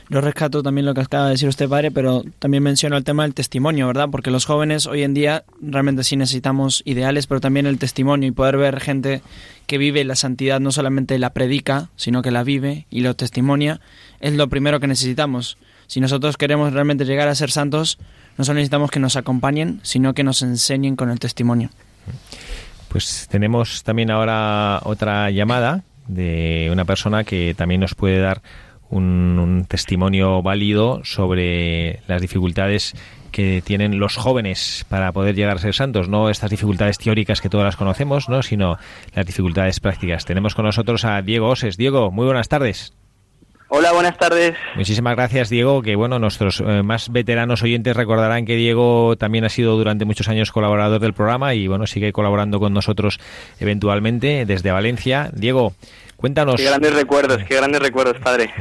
Yo rescato también lo que acaba de decir usted, padre, pero también menciono el tema del testimonio, ¿verdad? Porque los jóvenes hoy en día realmente sí necesitamos ideales, pero también el testimonio y poder ver gente que vive la santidad, no solamente la predica, sino que la vive y lo testimonia, es lo primero que necesitamos. Si nosotros queremos realmente llegar a ser santos, no solo necesitamos que nos acompañen, sino que nos enseñen con el testimonio. Pues tenemos también ahora otra llamada de una persona que también nos puede dar Un, un testimonio válido sobre las dificultades que tienen los jóvenes para poder llegar a ser santos, no estas dificultades teóricas que todas las conocemos, ¿no?, sino las dificultades prácticas. Tenemos con nosotros a Diego Oses. Diego, muy buenas tardes. Hola, buenas tardes. Muchísimas gracias, Diego, que bueno, nuestros eh, más veteranos oyentes recordarán que Diego también ha sido durante muchos años colaborador del programa y bueno, sigue colaborando con nosotros eventualmente desde Valencia. Diego, cuéntanos. Qué grandes recuerdos, qué grandes recuerdos, padre.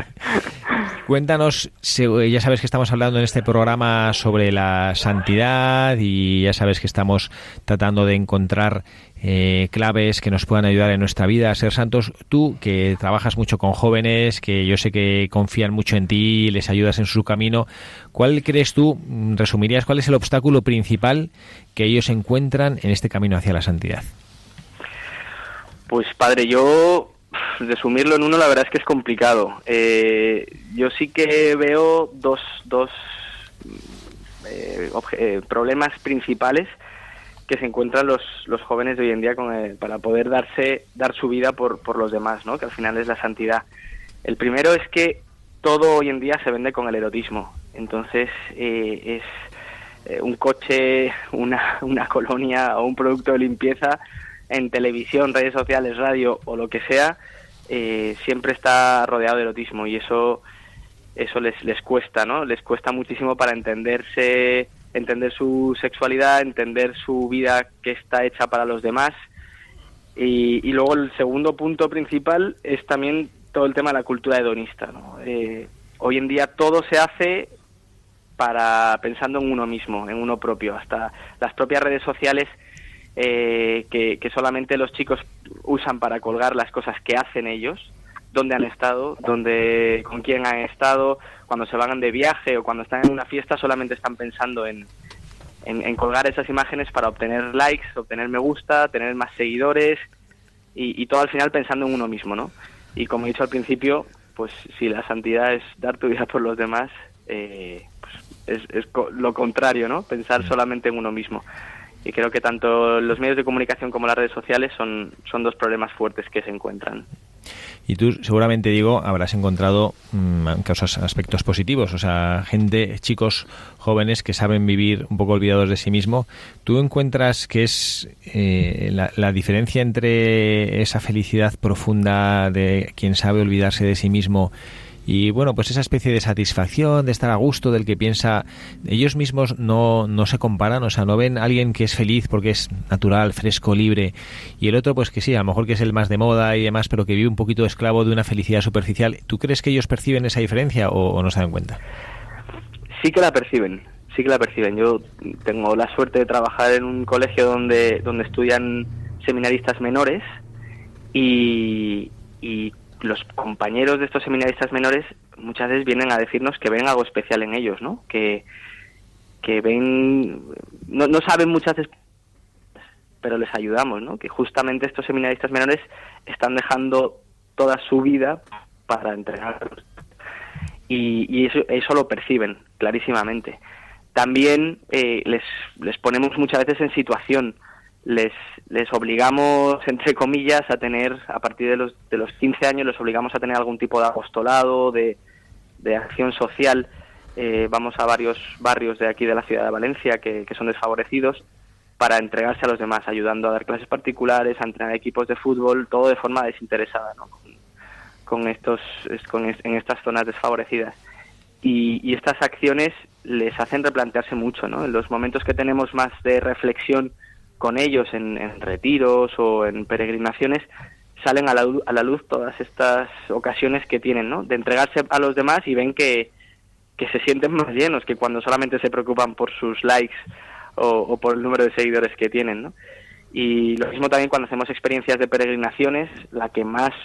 Cuéntanos, ya sabes que estamos hablando en este programa sobre la santidad y ya sabes que estamos tratando de encontrar eh, claves que nos puedan ayudar en nuestra vida a ser santos. Tú, que trabajas mucho con jóvenes, que yo sé que confían mucho en ti, les ayudas en su camino, ¿cuál crees tú, resumirías, cuál es el obstáculo principal que ellos encuentran en este camino hacia la santidad? Pues padre, yo resumirlo en uno la verdad es que es complicado. Eh, yo sí que veo dos, dos eh, obje- eh, problemas principales que se encuentran los, los jóvenes de hoy en día con el, para poder darse dar su vida por, por los demás, ¿no?, que al final es la santidad. El primero es que todo hoy en día se vende con el erotismo. Entonces eh, es eh, un coche, una, una colonia o un producto de limpieza en televisión, redes sociales, radio o lo que sea, eh, siempre está rodeado de erotismo y eso eso les les cuesta, ¿no? Les cuesta muchísimo para entenderse, entender su sexualidad, entender su vida que está hecha para los demás. Y, y luego el segundo punto principal es también todo el tema de la cultura hedonista, ¿no? Eh, hoy en día todo se hace para pensando en uno mismo, en uno propio. Hasta las propias redes sociales Eh, que, que solamente los chicos usan para colgar las cosas que hacen ellos, dónde han estado, dónde, con quién han estado, cuando se van de viaje o cuando están en una fiesta, solamente están pensando en, en, en colgar esas imágenes para obtener likes, obtener me gusta, tener más seguidores y, y todo al final pensando en uno mismo, ¿no? Y como he dicho al principio, pues si la santidad es dar tu vida por los demás, eh, pues es, es co- lo contrario, ¿no? Pensar solamente en uno mismo. Y creo que tanto los medios de comunicación como las redes sociales son, son dos problemas fuertes que se encuentran. Y tú seguramente, Diego, habrás encontrado mmm, casos, aspectos positivos, o sea, gente, chicos jóvenes que saben vivir un poco olvidados de sí mismo. ¿Tú encuentras que es eh, la, la diferencia entre esa felicidad profunda de quien sabe olvidarse de sí mismo y bueno, pues esa especie de satisfacción, de estar a gusto, del que piensa, ellos mismos no, no se comparan, o sea, no ven a alguien que es feliz porque es natural, fresco, libre, y el otro pues que sí, a lo mejor que es el más de moda y demás, pero que vive un poquito esclavo de una felicidad superficial? ¿Tú crees que ellos perciben esa diferencia o, o no se dan cuenta? Sí que la perciben, sí que la perciben. Yo tengo la suerte de trabajar en un colegio donde, donde estudian seminaristas menores y, y los compañeros de estos seminaristas menores muchas veces vienen a decirnos que ven algo especial en ellos, ¿no? Que, que ven, no, no saben muchas veces, pero les ayudamos, ¿no? Que justamente estos seminaristas menores están dejando toda su vida para entregarlos. Y, y eso, eso lo perciben clarísimamente. También eh, les, les ponemos muchas veces en situación. Les les obligamos, entre comillas, a tener, a partir de los de los quince años, les obligamos a tener algún tipo de apostolado, de, de acción social. Eh, vamos a varios barrios de aquí de la ciudad de Valencia que, que son desfavorecidos para entregarse a los demás, ayudando a dar clases particulares, a entrenar equipos de fútbol, todo de forma desinteresada, ¿no? Con, con estos con es, en estas zonas desfavorecidas. Y, y estas acciones les hacen replantearse mucho, ¿no? En los momentos que tenemos más de reflexión con ellos en, en retiros o en peregrinaciones, salen a la, a la luz todas estas ocasiones que tienen, ¿no? De entregarse a los demás y ven que, que se sienten más llenos que cuando solamente se preocupan por sus likes o, o por el número de seguidores que tienen, ¿no? Y lo mismo también cuando hacemos experiencias de peregrinaciones, la que más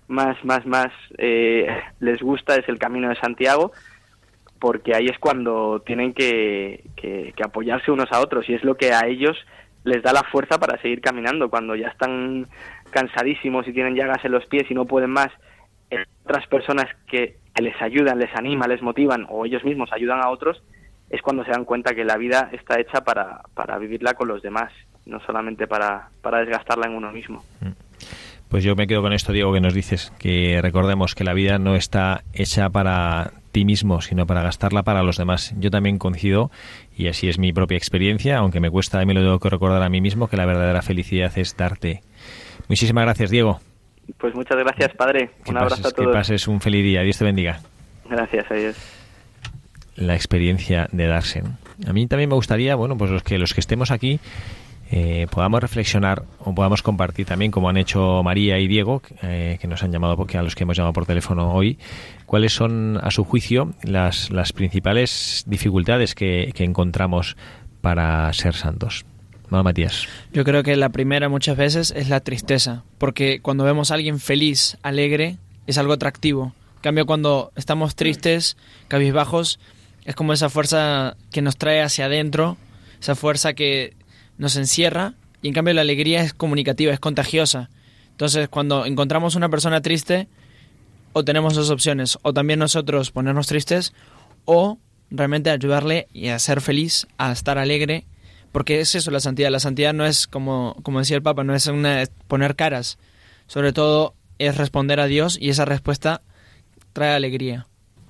más, más, más eh, les gusta es el Camino de Santiago, porque ahí es cuando tienen que, que, que apoyarse unos a otros, y es lo que a ellos les da la fuerza para seguir caminando. Cuando ya están cansadísimos y tienen llagas en los pies y no pueden más, otras personas que les ayudan, les animan, les motivan, o ellos mismos ayudan a otros, es cuando se dan cuenta que la vida está hecha para, para vivirla con los demás, no solamente para, para desgastarla en uno mismo. Pues yo me quedo con esto, Diego, que nos dices, que recordemos que la vida no está hecha para ti mismo, sino para gastarla para los demás. Yo también coincido, y así es mi propia experiencia, aunque me cuesta y me lo tengo que recordar a mí mismo, que la verdadera felicidad es darte. Muchísimas gracias, Diego. Pues muchas gracias, padre. Que un abrazo pases, a todos. Que pases un feliz día. Dios te bendiga. Gracias, adiós. La experiencia de darse. A mí también me gustaría, bueno, pues los que los que estemos aquí eh, podamos reflexionar o podamos compartir también, como han hecho María y Diego, eh, que nos han llamado, porque a los que hemos llamado por teléfono hoy, cuáles son, a su juicio, las, las principales dificultades que, que encontramos para ser santos. ¿No, Matías? Yo creo que la primera muchas veces es la tristeza, porque cuando vemos a alguien feliz, alegre, es algo atractivo. En cambio, cuando estamos tristes, cabizbajos, es como esa fuerza que nos trae hacia adentro, esa fuerza que nos encierra, y en cambio la alegría es comunicativa, es contagiosa. Entonces, cuando encontramos una persona triste, o tenemos dos opciones, o también nosotros ponernos tristes, o realmente ayudarle y a ser feliz, a estar alegre, porque es eso la santidad. La santidad no es, como, como decía el Papa, no es una poner caras, sobre todo es responder a Dios, y esa respuesta trae alegría.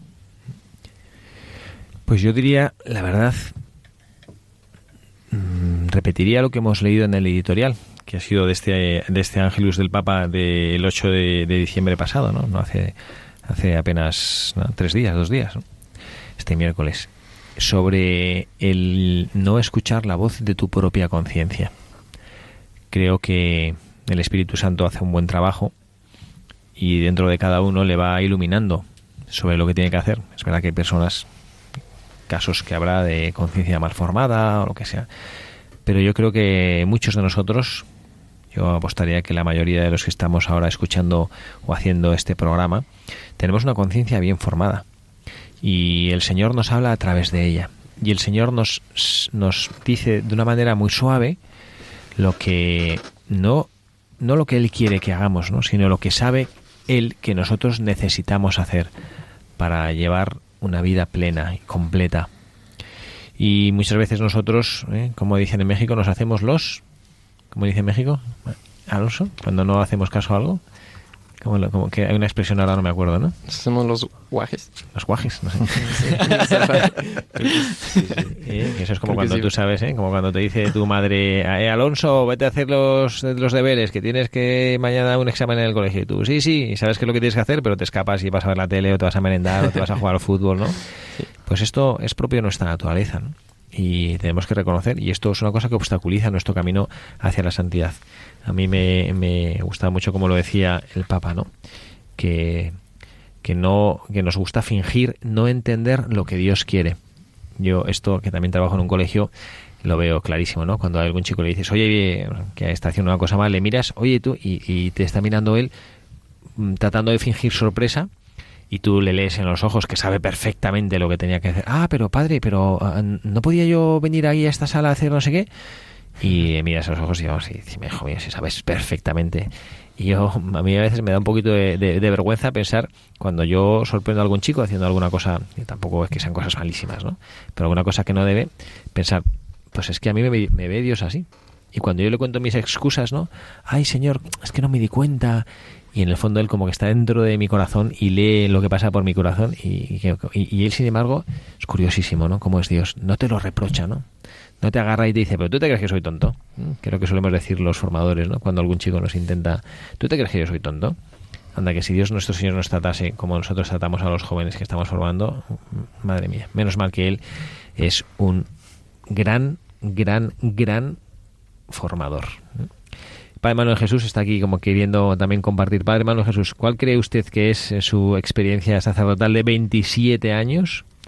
Pues yo diría, la verdad, mmm, repetiría lo que hemos leído en el editorial, que ha sido de este, de este Ángelus del Papa del ocho de, de diciembre pasado, ¿no? No hace, hace apenas no, tres días, dos días, ¿no? Este miércoles, sobre el no escuchar la voz de tu propia conciencia. Creo que el Espíritu Santo hace un buen trabajo y dentro de cada uno le va iluminando sobre lo que tiene que hacer. Es verdad que hay personas, casos que habrá de conciencia mal formada o lo que sea, pero yo creo que muchos de nosotros, yo apostaría que la mayoría de los que estamos ahora escuchando o haciendo este programa, tenemos una conciencia bien formada, y el Señor nos habla a través de ella, y el Señor nos, nos dice de una manera muy suave lo que no, no lo que Él quiere que hagamos, ¿no? Sino lo que sabe Él que nosotros necesitamos hacer para llevar una vida plena y completa. Y muchas veces nosotros, ¿eh? como dicen en México, nos hacemos los, ¿cómo dice en México? Alonso, cuando no hacemos caso a algo. Como, lo, como que hay una expresión ahora, no me acuerdo, ¿no? Somos los guajes. Los guajes, no sé. Sí, sí. ¿Eh? Eso es como Creo cuando sí. tú sabes, ¿eh? Como cuando te dice tu madre, eh, Alonso, vete a hacer los, los deberes, que tienes que mañana un examen en el colegio. Y tú, sí, sí, y sabes qué es lo que tienes que hacer, pero te escapas y vas a ver la tele, o te vas a merendar, o te vas a jugar al fútbol, ¿no? Sí. Pues esto es propio de nuestra naturaleza, ¿no? Y tenemos que reconocer, y esto es una cosa que obstaculiza nuestro camino hacia la santidad. A mí me, me gusta mucho como lo decía el Papa, ¿no? Que, que no que nos gusta fingir no entender lo que Dios quiere. Yo esto, que también trabajo en un colegio, lo veo clarísimo, ¿no? Cuando a algún chico le dices, oye, que está haciendo una cosa mal, le miras, oye tú, y, y te está mirando él tratando de fingir sorpresa, y tú le lees en los ojos que sabe perfectamente lo que tenía que hacer. Ah, pero padre, pero ¿no podía yo venir ahí a esta sala a hacer no sé qué? Y miras a los ojos y vamos, y dices, hijo mío, si sabes perfectamente. Y yo, a mí a veces me da un poquito de, de, de vergüenza pensar, cuando yo sorprendo a algún chico haciendo alguna cosa, que tampoco es que sean cosas malísimas, ¿no? Pero alguna cosa que no debe, pensar, pues es que a mí me, me ve Dios así. Y cuando yo le cuento mis excusas, ¿no? Ay, Señor, es que no me di cuenta. Y en el fondo él como que está dentro de mi corazón y lee lo que pasa por mi corazón. Y, y, y él, sin embargo, es curiosísimo, ¿no? Cómo es Dios. No te lo reprocha, ¿no? No te agarra y te dice, pero ¿tú te crees que soy tonto? Creo que solemos decir los formadores, ¿no? Cuando algún chico nos intenta, ¿tú te crees que yo soy tonto? Anda, que si Dios nuestro Señor nos tratase como nosotros tratamos a los jóvenes que estamos formando, madre mía, menos mal que Él es un gran, gran, gran formador. Padre Manuel Jesús está aquí como queriendo también compartir. Padre Manuel Jesús, ¿cuál cree usted que es su experiencia sacerdotal de veintisiete años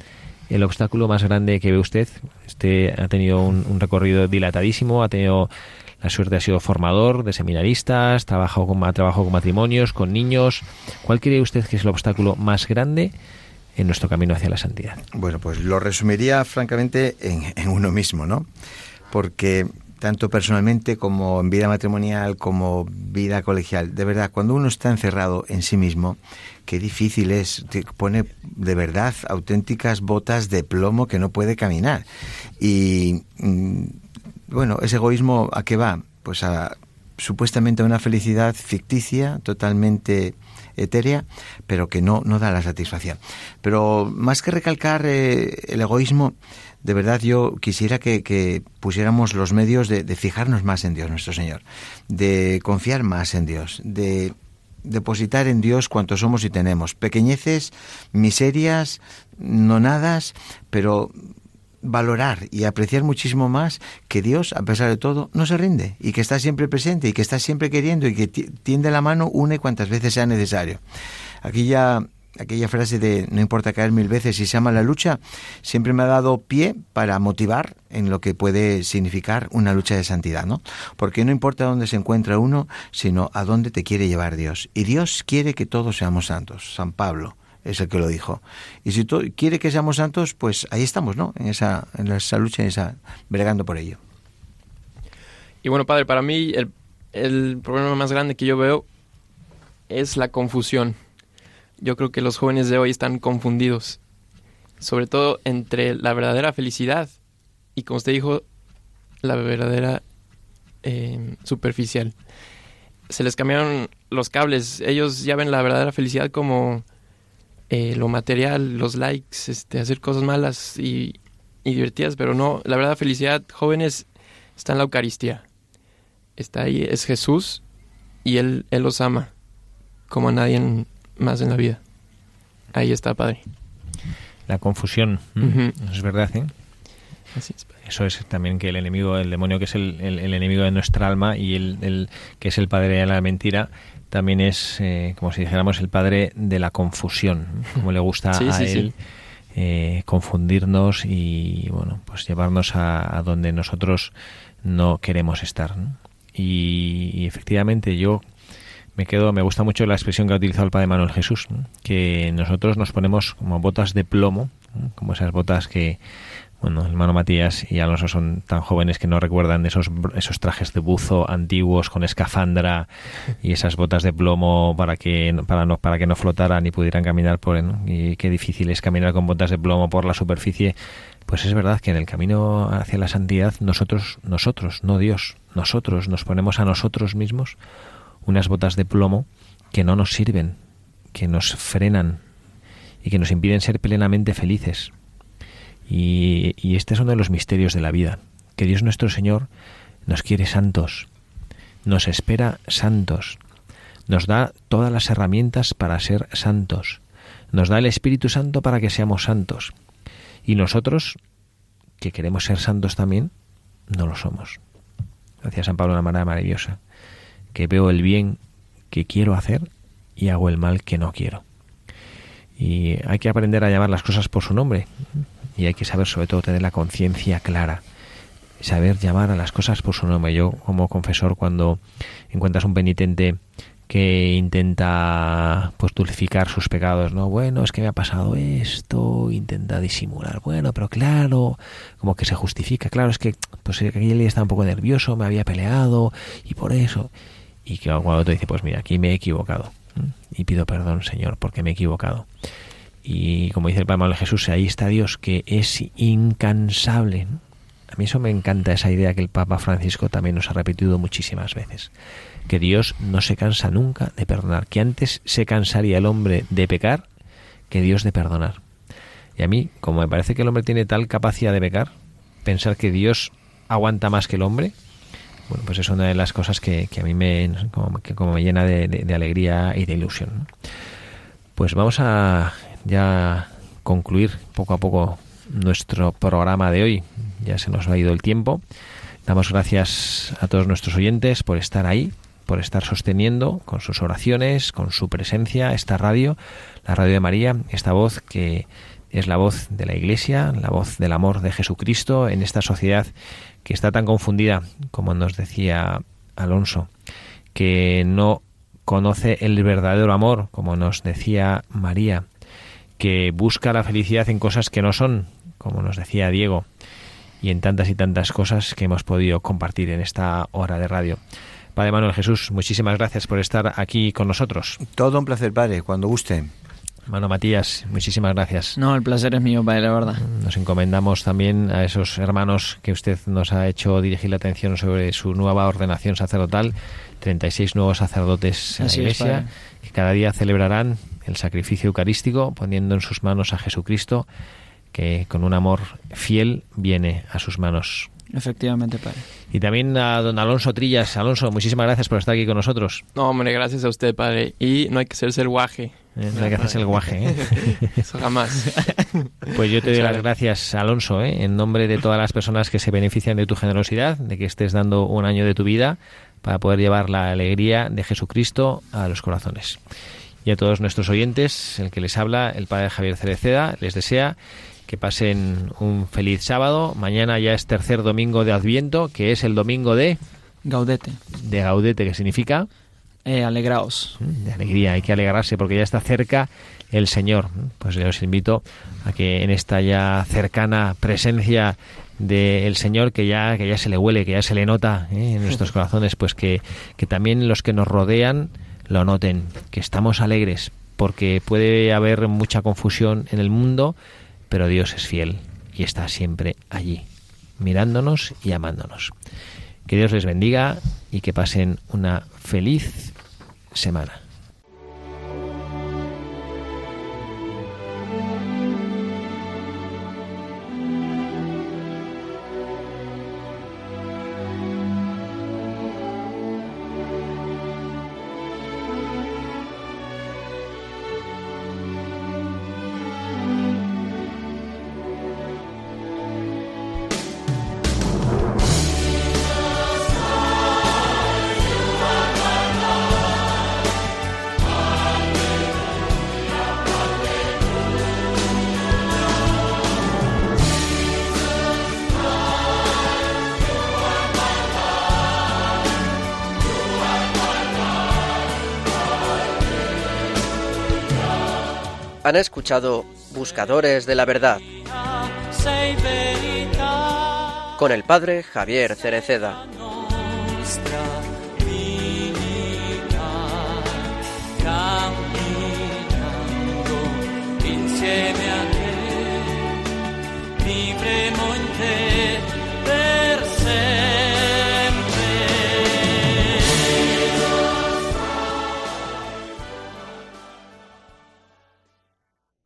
el obstáculo más grande que ve usted? Usted ha tenido un, un recorrido dilatadísimo, ha tenido la suerte, ha sido formador de seminaristas, trabajado con, ha trabajado con matrimonios, con niños. ¿Cuál cree usted que es el obstáculo más grande en nuestro camino hacia la santidad? Bueno, pues lo resumiría francamente en, en uno mismo, ¿no? Porque tanto personalmente como en vida matrimonial, como vida colegial, de verdad, cuando uno está encerrado en sí mismo, qué difícil es, te pone de verdad auténticas botas de plomo que no puede caminar. Y bueno, ese egoísmo, ¿a qué va? Pues a supuestamente a una felicidad ficticia, totalmente etérea, pero que no, no da la satisfacción. Pero más que recalcar eh, el egoísmo, de verdad yo quisiera que, que pusiéramos los medios de, de fijarnos más en Dios, nuestro Señor, de confiar más en Dios, de depositar en Dios cuanto somos y tenemos, pequeñeces, miserias, nonadas, pero valorar y apreciar muchísimo más que Dios, a pesar de todo, no se rinde y que está siempre presente y que está siempre queriendo y que tiende la mano une cuantas veces sea necesario. Aquí ya aquella frase de no importa caer mil veces si se ama la lucha, siempre me ha dado pie para motivar en lo que puede significar una lucha de santidad, ¿no? Porque no importa dónde se encuentra uno, sino a dónde te quiere llevar Dios. Y Dios quiere que todos seamos santos. San Pablo es el que lo dijo. Y si tú quiere que seamos santos, pues ahí estamos, ¿no? En esa, en esa lucha, en esa, bregando por ello. Y bueno, padre, para mí el, el problema más grande que yo veo es la confusión. Yo creo que los jóvenes de hoy están confundidos, sobre todo entre la verdadera felicidad y, como usted dijo, la verdadera eh, superficial. Se les cambiaron los cables. Ellos ya ven la verdadera felicidad como eh, lo material, los likes, este, hacer cosas malas y, y divertidas, pero no, la verdadera felicidad, jóvenes, está en la Eucaristía. Está ahí, es Jesús y Él, Él los ama como a nadie en, más en la vida. Ahí está, padre. La confusión, Uh-huh. es verdad, ¿eh? Así es, padre. Eso es también que el enemigo, el demonio, que es el, el, el enemigo de nuestra alma, y el, el que es el padre de la mentira, también es, eh, como si dijéramos, el padre de la confusión, como le gusta sí, a sí, él sí. Eh, confundirnos y, bueno, pues llevarnos a, a donde nosotros no queremos estar, ¿no? Y, y efectivamente yo me quedo, me gusta mucho la expresión que ha utilizado el padre Manuel Jesús, ¿no? Que nosotros nos ponemos como botas de plomo, ¿no? Como esas botas que, bueno, el hermano Matías y Alonso son tan jóvenes que no recuerdan de esos esos trajes de buzo antiguos con escafandra y esas botas de plomo para que para no para que no flotaran y pudieran caminar por, ¿no? Y qué difícil es caminar con botas de plomo por la superficie. Pues es verdad que en el camino hacia la santidad nosotros nosotros, no Dios, nosotros nos ponemos a nosotros mismos unas botas de plomo que no nos sirven, que nos frenan y que nos impiden ser plenamente felices. Y, y este es uno de los misterios de la vida, que Dios nuestro Señor nos quiere santos, nos espera santos, nos da todas las herramientas para ser santos, nos da el Espíritu Santo para que seamos santos. Y nosotros, que queremos ser santos también, no lo somos. Decía San Pablo de una manera maravillosa, que veo el bien que quiero hacer y hago el mal que no quiero. Y hay que aprender a llamar las cosas por su nombre. Y hay que saber, sobre todo, tener la conciencia clara. Saber llamar a las cosas por su nombre. Yo, como confesor, cuando encuentras un penitente que intenta, pues, dulcificar sus pecados, ¿no? Bueno, es que me ha pasado esto, intenta disimular. Bueno, pero claro, como que se justifica. Claro, es que, pues, aquel día estaba un poco nervioso, me había peleado y por eso. Y que cuando te dice, pues mira, aquí me he equivocado. Y pido perdón, Señor, porque me he equivocado. Y como dice el Padre Manuel Jesús, ahí está Dios, que es incansable, ¿no? A mí eso me encanta, esa idea que el Papa Francisco también nos ha repetido muchísimas veces, que Dios no se cansa nunca de perdonar, que antes se cansaría el hombre de pecar que Dios de perdonar. Y a mí, como me parece que el hombre tiene tal capacidad de pecar, pensar que Dios aguanta más que el hombre, bueno, pues es una de las cosas que, que a mí me, como, que como me llena de, de, de alegría y de ilusión, ¿no? Pues vamos a ya concluir poco a poco nuestro programa de hoy. Ya se nos ha ido el tiempo. Damos gracias a todos nuestros oyentes por estar ahí, por estar sosteniendo con sus oraciones, con su presencia, esta radio, la Radio de María, esta voz que es la voz de la Iglesia, la voz del amor de Jesucristo en esta sociedad que está tan confundida, como nos decía Alonso, que no conoce el verdadero amor, como nos decía María, que busca la felicidad en cosas que no son, como nos decía Diego, y en tantas y tantas cosas que hemos podido compartir en esta hora de radio. Padre Manuel Jesús, muchísimas gracias por estar aquí con nosotros. Todo un placer, padre, cuando guste. Hermano Matías, muchísimas gracias. No, el placer es mío, padre, la verdad. Nos encomendamos también a esos hermanos que usted nos ha hecho dirigir la atención sobre su nueva ordenación sacerdotal, treinta y seis nuevos sacerdotes en la Iglesia, que cada día celebrarán el sacrificio eucarístico poniendo en sus manos a Jesucristo, que con un amor fiel viene a sus manos. Efectivamente, padre. Y también a don Alonso Trillas. Alonso, muchísimas gracias por estar aquí con nosotros. No, hombre, gracias a usted, padre. Y no hay que hacerse el guaje. Eh, no hay que hacerse el guaje, ¿eh? Eso jamás. Pues yo te doy las gracias, Alonso, ¿eh? en nombre de todas las personas que se benefician de tu generosidad, de que estés dando un año de tu vida para poder llevar la alegría de Jesucristo a los corazones. Y a todos nuestros oyentes, el que les habla, el padre Javier Cereceda, les desea que pasen un feliz sábado. Mañana ya es tercer domingo de Adviento, que es el domingo de... Gaudete. De Gaudete, que significa... Eh, alegraos. De alegría, hay que alegrarse porque ya está cerca el Señor. Pues yo os invito a que en esta ya cercana presencia del Señor, que ya, que ya se le huele, que ya se le nota ¿eh? en nuestros corazones, pues que, que también los que nos rodean lo noten, que estamos alegres, porque puede haber mucha confusión en el mundo, pero Dios es fiel y está siempre allí, mirándonos y amándonos. Que Dios les bendiga y que pasen una feliz semana. Han escuchado Buscadores de la Verdad con el padre Javier Cereceda. Camminando insieme